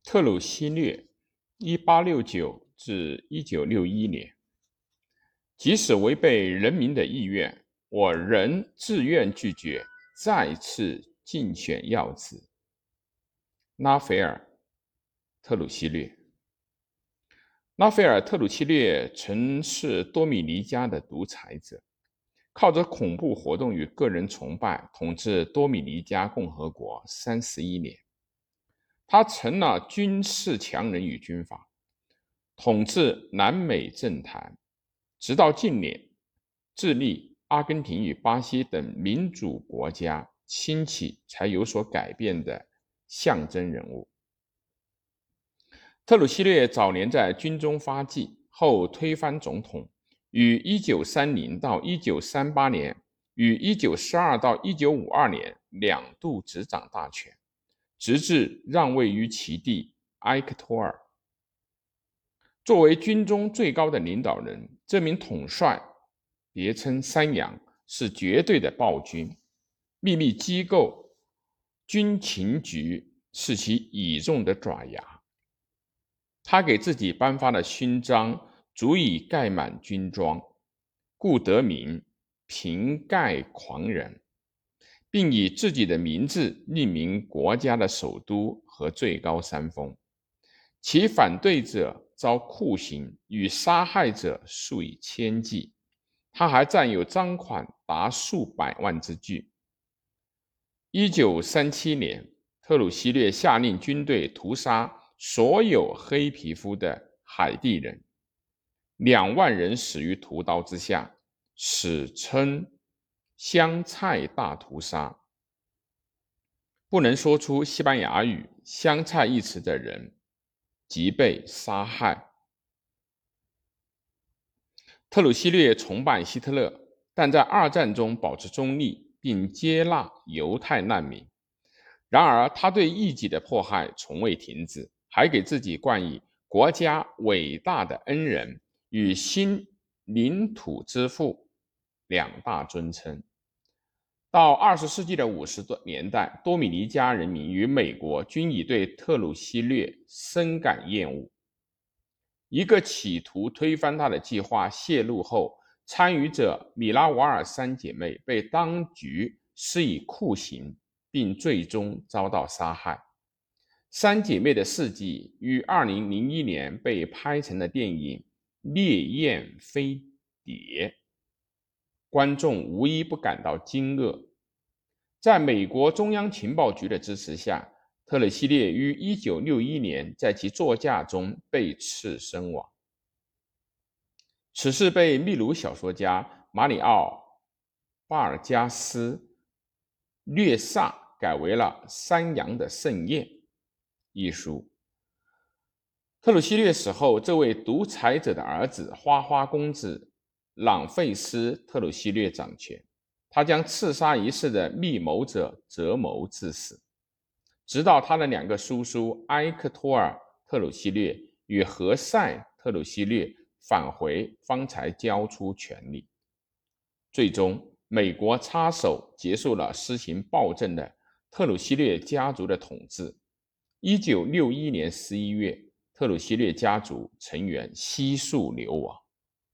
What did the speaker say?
特鲁西略1869至1961年，即使违背人民的意愿，我仍自愿拒绝再次竞选要职。拉斐尔·特鲁西略。拉斐尔·特鲁西略曾是多米尼加的独裁者，靠着恐怖活动与个人崇拜统治多米尼加共和国31年。他成了军事强人与军阀，统治南美政坛，直到近年，智利、阿根廷与巴西等民主国家兴起才有所改变的象征人物。特鲁西略早年在军中发迹，后推翻总统，于1930到1938年与1912到1952年两度执掌大权，直至让位于其弟埃克托尔。作为军中最高的领导人，这名统帅别称山羊，是绝对的暴君。秘密机构军情局是其倚重的爪牙。他给自己颁发的勋章足以盖满军装，故得名瓶盖狂人，并以自己的名字命名国家的首都和最高山峰。其反对者遭酷刑，与杀害者数以千计。他还占有赃款达数百万之巨。1937年，特鲁西略下令军队屠杀所有黑皮肤的海地人，2万人死于屠刀之下，史称香菜大屠杀。不能说出西班牙语香菜一词的人即被杀害。特鲁西略崇拜希特勒，但在二战中保持中立，并接纳犹太难民。然而他对异己的迫害从未停止，还给自己冠以国家伟大的恩人与新领土之父2大尊称。到20世纪的50多年代，多米尼加人民与美国均已对特鲁西略深感厌恶。一个企图推翻他的计划泄露后，参与者米拉瓦尔3姐妹被当局施以酷刑，并最终遭到杀害。3姐妹的事迹于2001年被拍成了电影《烈焰飞碟》，观众无一不感到惊愕。在美国中央情报局的支持下，特鲁西略于1961年在其座驾中被刺身亡。此事被秘鲁小说家马里奥·巴尔加斯·略萨改为了《山羊的盛宴》一书。特鲁西略死后，这位独裁者的儿子花花公子朗费斯·特鲁西略掌权，他将刺杀一事的密谋者折谋致死，直到他的2个叔叔埃克托尔·特鲁西略与何塞·特鲁西略返回，方才交出权力。最终，美国插手结束了施行暴政的特鲁西略家族的统治。1961年11月，特鲁西略家族成员悉数流亡。